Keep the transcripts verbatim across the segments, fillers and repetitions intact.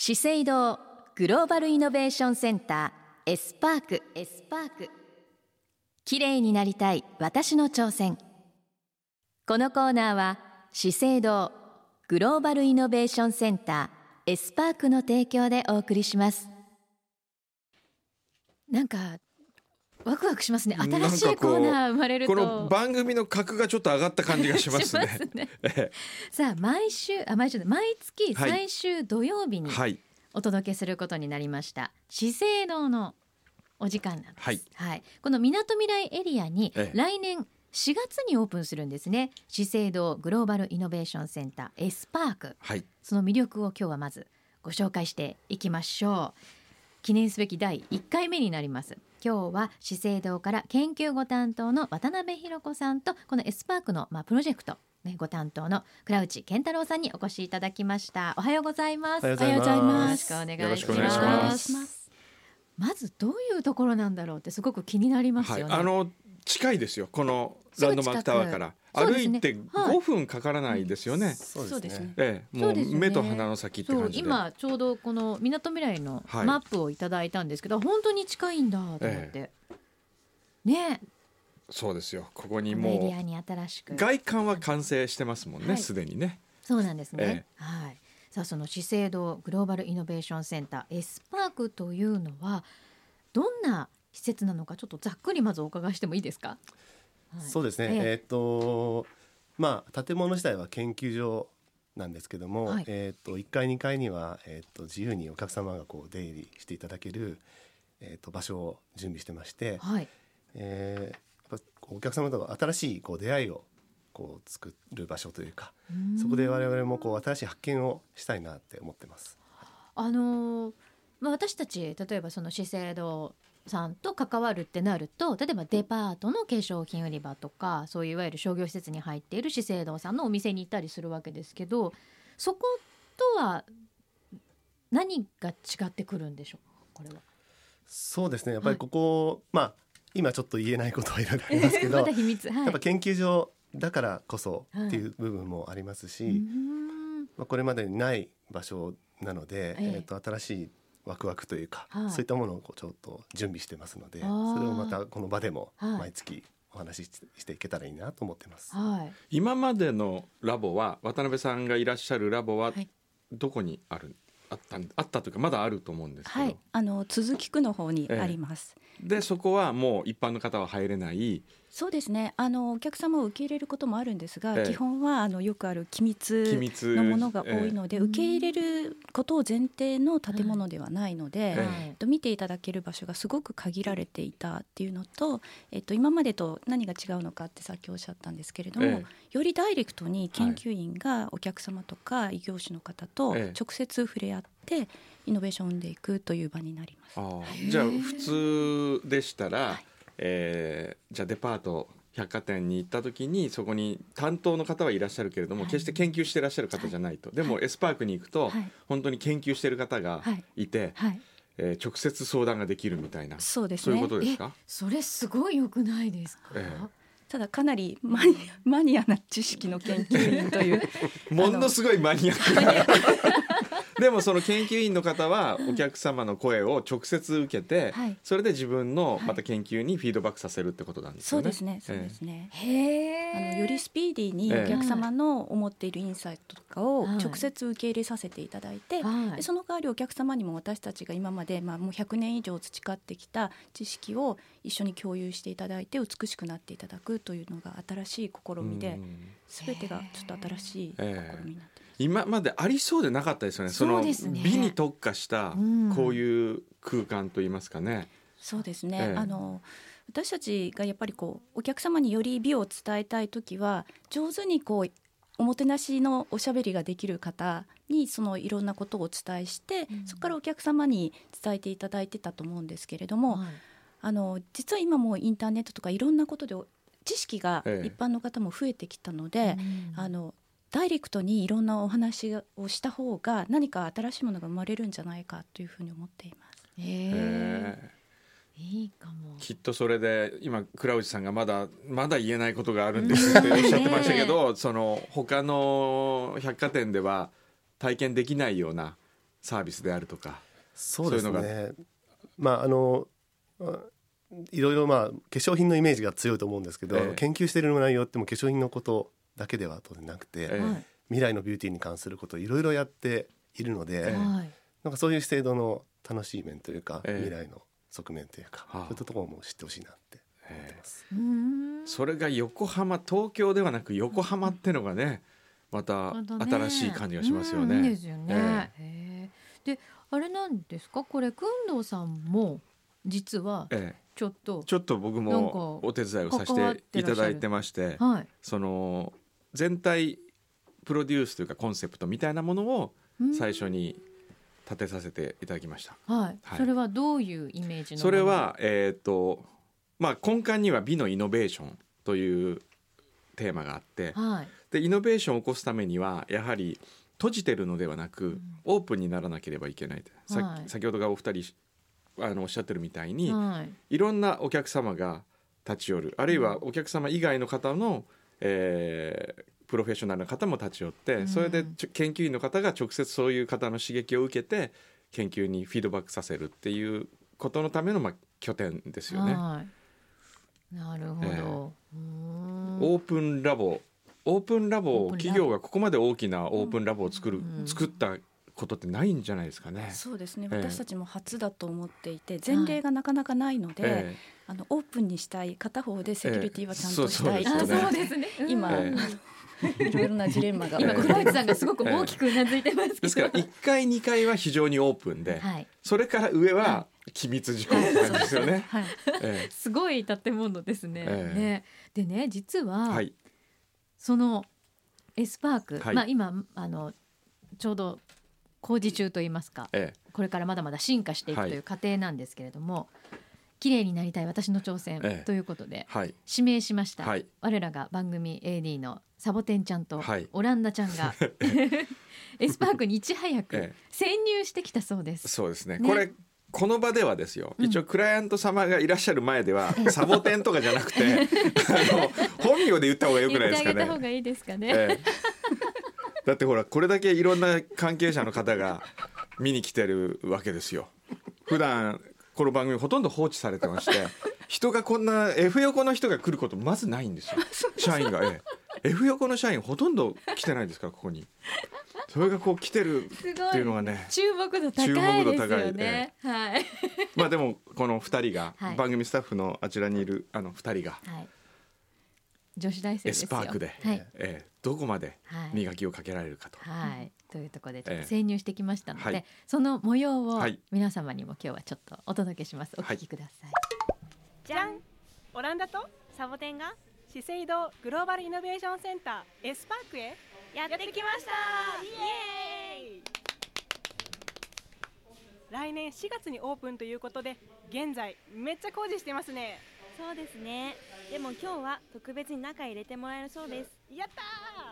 資生堂グローバルイノベーションセンターエスパークエスパーク綺麗になりたい私の挑戦。このコーナーは資生堂グローバルイノベーションセンターエスパークの提供でお送りします。なんかワクワクしますね。新しいコーナー生まれるとこの番組の格がちょっと上がった感じがしますね。 しますねさあ毎週あ毎週毎月最終土曜日にお届けすることになりました、はい、資生堂のお時間なんです、 はいはい、このみなとみらいエリアに来年しがつにオープンするんですね。資生堂グローバルイノベーションセンターエスパーク、はい、その魅力を今日はまずご紹介していきましょう。記念すべきだいいっかいめになります。今日は資生堂から研究ご担当の渡辺博子さんとこのエスパークの、まあ、プロジェクト、ね、ご担当の倉内健太郎さんにお越しいただきました。おはようございます。 おはようございます。 よろしくお願いします。まずどういうところなんだろうってすごく気になりますよね、 はい、あの近いですよ。このランドマークタワーから歩いてごふんかからないですよね。 そうですね、 ええ、もう目と鼻の先って感じで、 今ちょうどこのみなとみらいのマップをいただいたんですけど、はい、本当に近いんだと思って、ええ、ね。 そうですよ。ここにもうエリアに新しく外観は完成してますもんね、すで、はい、にね。 そうなんですね、 ええ、 はい。さあその資生堂グローバルイノベーションセンターエスパークというのはどんな施設なのかちょっとざっくりまずお伺いしてもいいですか。 はい、そうですね、えー、えー、っとまあ建物自体は研究所なんですけども、はい、えー、っといっかいにかいには、えー、っと自由にお客様がこう出入りしていただける、えー、っと場所を準備してまして、はい、えー、やっぱお客様と新しいこう出会いをこう作る場所というか、そこで我々もこう新しい発見をしたいなって思ってます。 あのーまあ、私たち例えばその資生堂さんと関わるってなると、例えばデパートの化粧品売り場とかそういういわゆる商業施設に入っている資生堂さんのお店に行ったりするわけですけど、そことは何が違ってくるんでしょうか。これはそうですね、やっぱりここ、はい、まあ今ちょっと言えないことはいろいろありますけどまだ秘密、はい、 やっぱ研究所だからこそっていう部分もありますし、はい、まあ、これまでにない場所なので、えー、えーと新しいワクワクというか、はい、そういったものをこうちょっと準備してますので、それをまたこの場でも毎月お話ししていけたらいいなと思ってます、 はい、 今までのラボは渡辺さんがいらっしゃるラボはどこにある、あった、あったというかまだあると思うんですけど、はい、 あの都筑区の方にあります、 ええ、でそこはもう一般の方は入れない。 そうですね、あのお客様を受け入れることもあるんですが、ええ、基本はあのよくある機密のものが多いので、ええ、受け入れることを前提の建物ではないので、ええ、見ていただける場所がすごく限られていたっていうのと、えっと、今までと何が違うのかってさっきおっしゃったんですけれども、ええ、よりダイレクトに研究員がお客様とか異業種の方と直接触れ合ってイノベーションを生んでいくという場になります。 あ、じゃあ普通でしたら、はい、えー、じゃあデパート百貨店に行った時にそこに担当の方はいらっしゃるけれども、はい、決して研究していらっしゃる方じゃないと、はい、でもエスパークに行くと、はい、本当に研究している方がいて、はいはい、えー、直接相談ができるみたいな、 そうですね、 そういうことですか。 それすごい良くないですか、 えーただかなりマニア、マニアな知識の研究員というものすごいマニアックなでもその研究員の方はお客様の声を直接受けて、はい、それで自分のまた研究にフィードバックさせるってことなんですよね。 そうですね、そうですね、 へー、 あのよりスピーディーにお客様の思っているインサイトとかを直接受け入れさせていただいて、はい、でその代わりお客様にも私たちが今まで、まあ、もうひゃくねん以上培ってきた知識を一緒に共有していただいて美しくなっていただくというのが新しい試みで、全てがちょっと新しい試みになってます。 今までありそうでなかったですよね。その美に特化したこういう空間といいますかね、うん、 そうですね、ええ、あの私たちがやっぱりこうお客様により美を伝えたいときは上手にこうおもてなしのおしゃべりができる方にそのいろんなことをお伝えして、うん、そこからお客様に伝えていただいてたと思うんですけれども、はい、あの実は今もインターネットとかいろんなことで知識が一般の方も増えてきたので、ええ、あのダイレクトにいろんなお話をした方が何か新しいものが生まれるんじゃないかというふうに思っています。 へー、いいかも。 きっとそれで今倉内さんがまだまだ言えないことがあるんですっておっしゃってましたけど、その他の百貨店では体験できないようなサービスであるとか、 そうですね、まああのいろいろまあ化粧品のイメージが強いと思うんですけど、えー、研究している内容っても化粧品のことだけでは当然なくて、えー、未来のビューティーに関することをいろいろやっているので、えー、なんかそういう資生堂の楽しい面というか、えー、未来の側面というか、そういったところも知ってほしいなって思ってます、 えー、それが横浜、東京ではなく横浜ってのがね、また新しい感じがしますよね。 いいですよね、えー、であれなんですか、これ工藤さんも実はちょっと、 ええ、ちょっと僕もお手伝いをさせていただいてまして、はい、その全体プロデュースというかコンセプトみたいなものを最初に立てさせていただきました、 はいはい、それはどういうイメージのもの？ それは、えーとまあ、根幹には美のイノベーションというテーマがあって、はい、でイノベーションを起こすためにはやはり閉じてるのではなく、うん、オープンにならなければいけない、はい、先ほどがお二人あのおっしゃってるみたいに、はい、いろんなお客様が立ち寄る、あるいはお客様以外の方の、えー、プロフェッショナルな方も立ち寄って、うん、それで研究員の方が直接そういう方の刺激を受けて研究にフィードバックさせるっていうことのための、まあ、拠点ですよね、はい、 なるほど、えー、 オープンラボオープンラボ企業がここまで大きなオープンラボを作る、うん、作ったことってないんじゃないですかね。 そうですね、えー、私たちも初だと思っていて前例がなかなかないので、えー、あのオープンにしたい片方でセキュリティはちゃんとしたい、えー、そうですね、今、えー、いろいろなジレンマが今黒内さんがすごく大きくうなずいてますけど、 ですからいっかいにかいは非常にオープンで、はい、それから上は機密事項って感じですよね、はいえー、すごい建物ですね、えー、ねでね実は、はい、そのエスパーク、はい、まあ、今あのちょうど工事中といいますか、ええ、これからまだまだ進化していくという過程なんですけれども、はい、綺麗になりたい私の挑戦ということで、はい、指名しました、はい、我らが番組 エーディー のサボテンちゃんとオランダちゃんが、エスパークにいち早く潜入してきたそうです、 ええ、そうですね、ね、これこの場ではですよ、一応クライアント様がいらっしゃる前では、うん、サボテンとかじゃなくてあの本名で言った方がよくないですかね。 言ってあげた方がいいですかね、 ええ、だってほらこれだけいろんな関係者の方が見に来てるわけですよ。普段この番組ほとんど放置されてまして、人がこんな F 横の人が来ることまずないんですよ。社員が、ええ、F 横の社員ほとんど来てないですからここに。それがこう来てるっていうのがね、 注目度高いですよね、ええ、はい、 まあでもこのふたりが、はい、番組スタッフのあちらにいるあのふたりが、はい、 女子大生ですよ、 エスパークで、はい、えー、どこまで磨きをかけられるかと、 はいはい、というところでちょっと潜入してきましたので、えーはい、その模様を皆様にも今日はちょっとお届けします。お聞きください、はい、 じゃん、オランダとサボテンが資生堂グローバルイノベーションセンターエスパークへやってきました。イエーイ。来年しがつにオープンということで現在めっちゃ工事してますね。 そうですね。でも今日は特別に中へ入れてもらえるそうです。 やった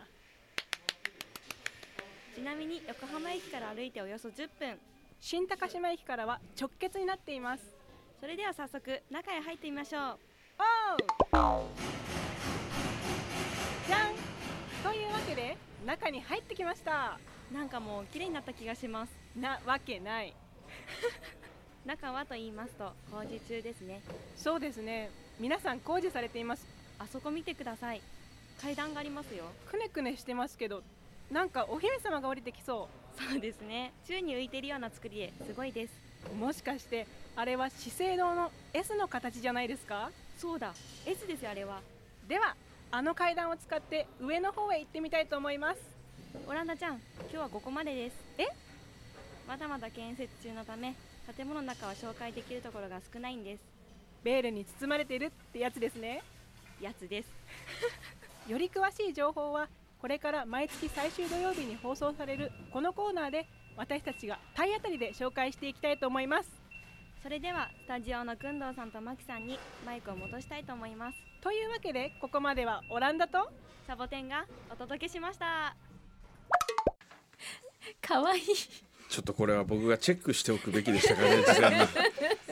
ー。ちなみに横浜駅から歩いておよそじゅっぷん、 新高島駅からは直結になっています。 それでは早速中へ入ってみましょう。 おう。じゃん。というわけで中に入ってきました。 なんかもう綺麗になった気がします。 なわけない中はと言いますと工事中ですね。 そうですね、皆さん工事されています。 あそこ見てください。階段がありますよ。 くねくねしてますけど、なんかお姫様が降りてきそう。 そうですね、宙に浮いているような作りですごいです。 もしかしてあれは資生堂の エス の形じゃないですか。 そうだ、 エス ですよあれは。 ではあの階段を使って上の方へ行ってみたいと思います。 オランダちゃん、今日はここまでです。 え？ まだまだ建設中のため建物の中は紹介できるところが少ないんです。 ベールに包まれているってやつですね。 やつですより詳しい情報はこれから毎月最終土曜日に放送されるこのコーナーで私たちが体当たりで紹介していきたいと思います。 それではスタジオの工藤さんとマキさんにマイクを戻したいと思います。 というわけでここまではオランダとサボテンがお届けしました。 かわいい。 ちょっとこれは僕がチェックしておくべきでしたかね。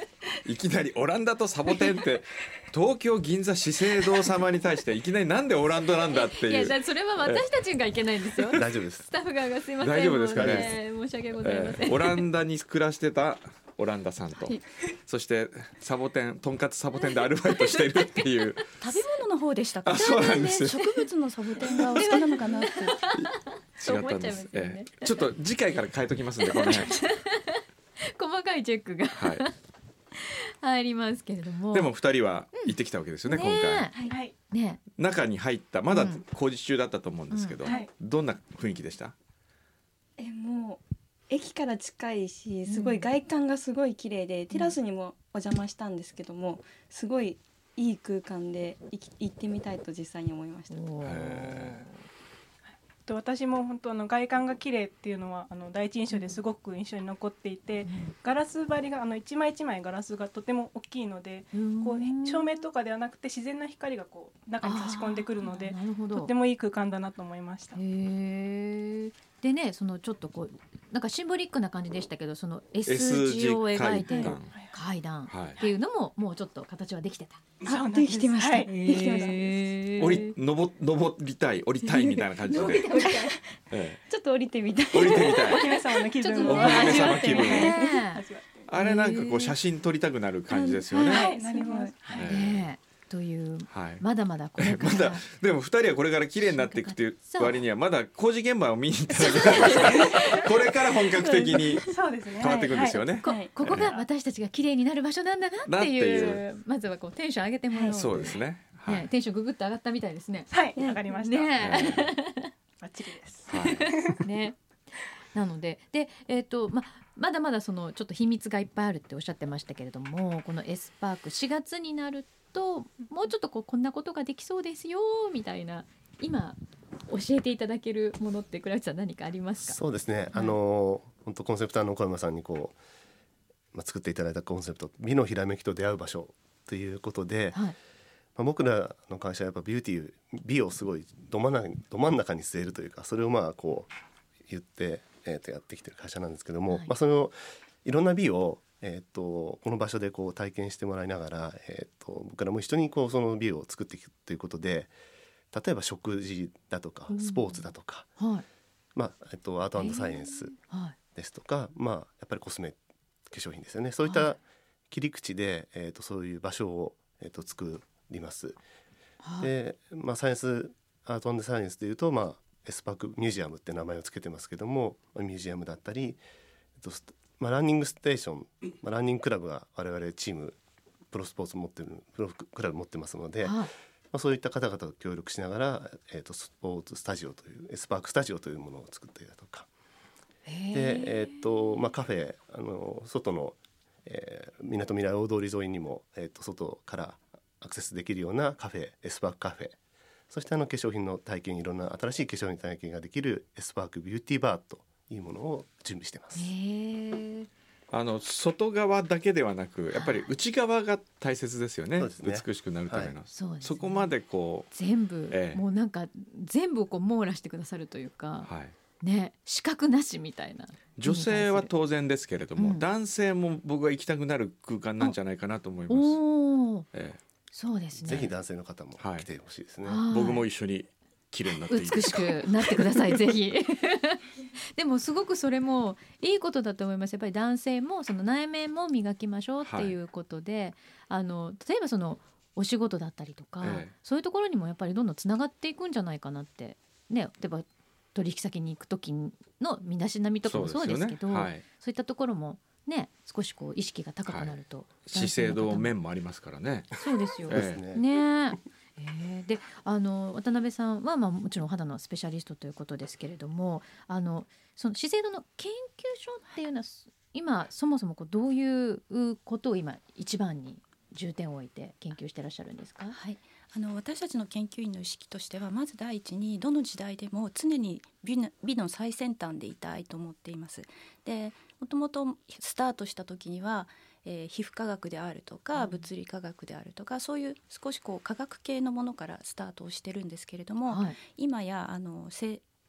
いきなりオランダとサボテンって東京銀座資生堂様に対していきなりなんでオランダなんだっていう。 いやそれは私たちがいけないんですよ。 大丈夫です。 スタッフ側がすいません。 大丈夫ですかね。 申し訳ございません。 えー、オランダに暮らしてたオランダさんと、はい、そしてサボテンとんかつサボテンでアルバイトしてるっていう食べ物の方でしたか。 あ、そうなんですよ。 植物のサボテンがお好きなのかなって違ったんです、えー、ちょっと次回から変えときますんでこの辺細かいチェックが、はい、入りますけれども。 でもふたりは行ってきたわけですよね、うん、今回、 はい、ね、 中に入ったまだ工事中だったと思うんですけど、 うんはい、 どんな雰囲気でした？ えもう駅から近いしすごい外観がすごい綺麗で、うん、テラスにもお邪魔したんですけどもすごいいい空間で行ってみたいと実際に思いました。 へー、私も本当あの外観が綺麗っていうのはあの第一印象ですごく印象に残っていて、うん、ガラス張りがあの一枚一枚ガラスがとても大きいので、うん、こう照明とかではなくて自然な光がこう中に差し込んでくるのでとてもいい空間だなと思いました。 へー。でね、そのちょっとこうなんかシンボリックな感じでしたけど、その S 字を描いて階段っていうのももうちょっっと形はできてた。 あ、できてました。できてました。 降り登登りたい降りたいみたいな感じで。 ちょっと降りてみたい。 降りてみたい。 お姫様の気分を。 お姫様気分を。あれなんかこう写真撮りたくなる感じですよね。 はい、なります。 という、はい、まだまだこれからまだでもふたりはこれから綺麗になっていくという割にはまだ工事現場を見に行っただけなんですね。これから本格的に変わっていくんですよね。 こ, ここが私たちが綺麗になる場所なんだなっていうまずはこうテンション上げてもらおう。 そうですね、 はいね、テンションググッと上がったみたいですね。 はい、上がりました。 ね、 バッチリです、 はいね、なのでで、えーとま、まだまだそのちょっと秘密がいっぱいあるっておっしゃってましたけれども、この S パークしがつになるともうちょっとこうこんなことができそうですよみたいな今教えていただけるものって倉内さん何かありますか？ そうですね、はい、あの本当コンセプターの小山さんにこう、まあ、作っていただいたコンセプト美のひらめきと出会う場所ということで、はい、まあ、僕らの会社はやっぱビューティー美をすごいど真ん中にど真ん中に据えるというか、それをまあこう言って、えー、とやってきてる会社なんですけども、はい、まあ、そのいろんな美をえー、とこの場所でこう体験してもらいながら、えー、と僕らも一緒にこうその美を作っていくということで、例えば食事だとかスポーツだとか、うん、はい、まあえー、とアート&サイエンスですとか、はい、まあ、やっぱりコスメ化粧品ですよね。そういった切り口で、えー、とそういう場所を、えー、と作ります。はい、で、まあ、サイエンスアート&サイエンスでいうと、まあ、エスパークミュージアムって名前をつけてますけども、ミュージアムだったり、えー、とまあ、ランニングステーション、まあ、ランニングクラブが我々チームプロスポーツ持ってるプロクラブ持ってますので、はい、まあ、そういった方々と協力しながら、えー、とスポーツスタジオというエスパークスタジオというものを作ったりだとかで、えーとまあ、カフェあの外のみなとみらい大通り沿いにも、えー、と外からアクセスできるようなカフェエスパークカフェ、そしてあの化粧品の体験、いろんな新しい化粧品体験ができるエスパークビューティーバーといいものを準備してます。 へ、 あの外側だけではなくやっぱり内側が大切ですよね。 そうですね、 美しくなるための、はい、 そうですね、 そこまでこう全部、ええ、もうなんか全部をこう網羅してくださるというか、はい、ね、視覚なしみたいな。 女性は当然ですけれども、うん、男性も僕は行きたくなる空間なんじゃないかなと思います。 お、 ええ、 そうですね、 ぜひ男性の方も来てほしいですね。 はい、僕も一緒に綺麗になっていいですか？ 美しくなってくださいぜひでもすごくそれもいいことだと思います。やっぱり男性もその内面も磨きましょうっていうことで、はい、あの例えばそのお仕事だったりとか、ええ、そういうところにもやっぱりどんどんつながっていくんじゃないかなってね。例えば取引先に行く時の身だしなみとかもそうですけど、そう、ね、はい、そういったところもね、少しこう意識が高くなると、はい、 資生堂面もありますからね。 そうですよ、 ええ、 ねえー、であの渡辺さんは、まあ、もちろん肌のスペシャリストということですけれども、あのその資生堂の研究所っていうのは今そもそもこうどういうことを今一番に重点を置いて研究してらっしゃるんですか？ はい、あの私たちの研究員の意識としては、まず第一にどの時代でも常に美の、美の最先端でいたいと思っています。で、もともとスタートした時にはえー、皮膚科学であるとか物理科学であるとか、うん、そういう少しこう科学系のものからスタートをしてるんですけれども、はい、今やあのせ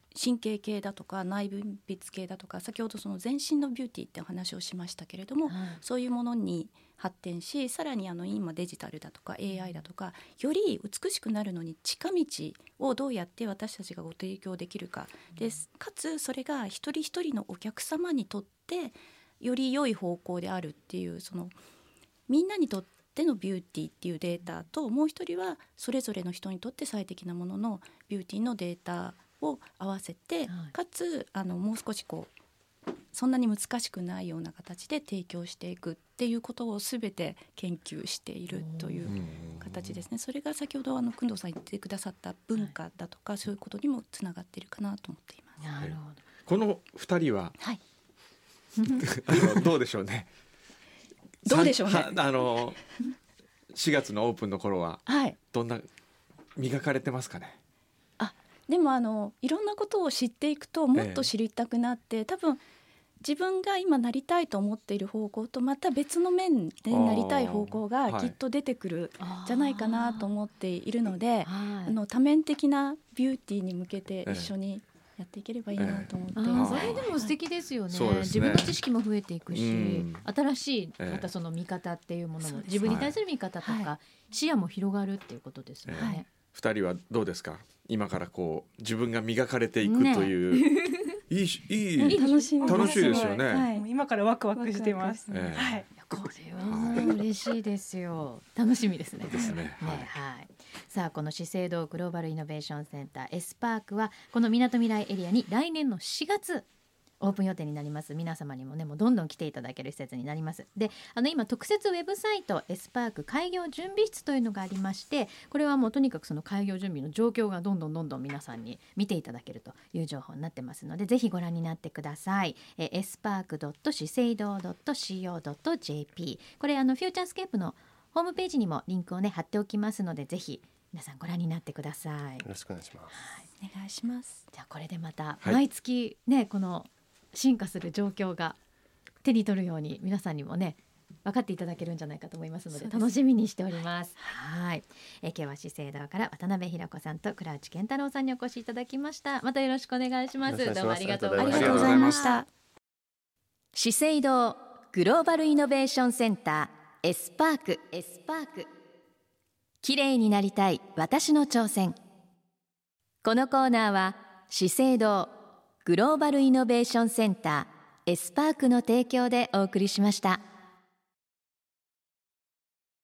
神経系だとか内分泌系だとか、先ほどその全身のビューティーってお話をしましたけれども、はい、そういうものに発展し、さらにあの今デジタルだとか エーアイ だとか、より美しくなるのに近道をどうやって私たちがご提供できるかです。かつそれが一人一人のお客様にとってより良い方向であるっていう、そのみんなにとってのビューティーっていうデータと、もう一人はそれぞれの人にとって最適なもののビューティーのデータを合わせて、はい、かつあのもう少しこうそんなに難しくないような形で提供していくっていうことを全て研究しているという形ですね。それが先ほどあの工藤さん言ってくださった文化だとか、はい、そういうことにもつながっているかなと思っています。 なるほど。 このふたりは、はい、あのどうでしょうね。 どうでしょうね。 あのしがつのオープンの頃は、はい、どんな磨かれてますかね。 あ、でもあのいろんなことを知っていくともっと知りたくなって、えー、多分自分が今なりたいと思っている方向とまた別の面でなりたい方向がきっと出てくるじゃないかなと思っているので、ああの多面的なビューティーに向けて一緒にやっていければいいなと思っています。 えー、それでも素敵ですよね。はい、自分の知識も増えていくし、うん、新しいまたその見方っていうものも、自分に対する見方とか、はい、視野も広がるっていうことですよね。はい、 ふたりはどうですか。今からこう自分が磨かれていくという、ね、いいいい楽しい楽しいですよね。 はい、今からワクワクしてます。 ワクワク、はい、これは嬉しいですよ。楽しみですね。 ですね。はい。 はい、さあこの資生堂グローバルイノベーションセンター エスパークはこのみなとみらいエリアに来年のしがつオープン予定になります。皆様にもねもうどんどん来ていただける施設になります。で、あの今特設ウェブサイトエスパーク開業準備室というのがありまして、これはもうとにかくその開業準備の状況がどんどんどんどん皆さんに見ていただけるという情報になってますので、ぜひご覧になってください。えエスパークドット資生堂ドットシーオードットジェーピー、 これあのフューチャースケープのホームページにもリンクをね貼っておきますので、ぜひ皆さんご覧になってください。よろしくお願いします。 はい、 お願いします。 じゃあこれでまた毎月ね、はい、この進化する状況が手に取るように皆さんにもね分かっていただけるんじゃないかと思いますので、楽しみにしております。はい、え今日は資生堂から渡辺ひろ子さんと倉内健太郎さんにお越しいただきました。またよろしくお願いします。どうもありがとうございました。資生堂グローバルイノベーションセンターエスパークエスパーク綺麗になりたい私の挑戦。このコーナーは資生堂グローバルイノベーションセンターエスパークの提供でお送りしました。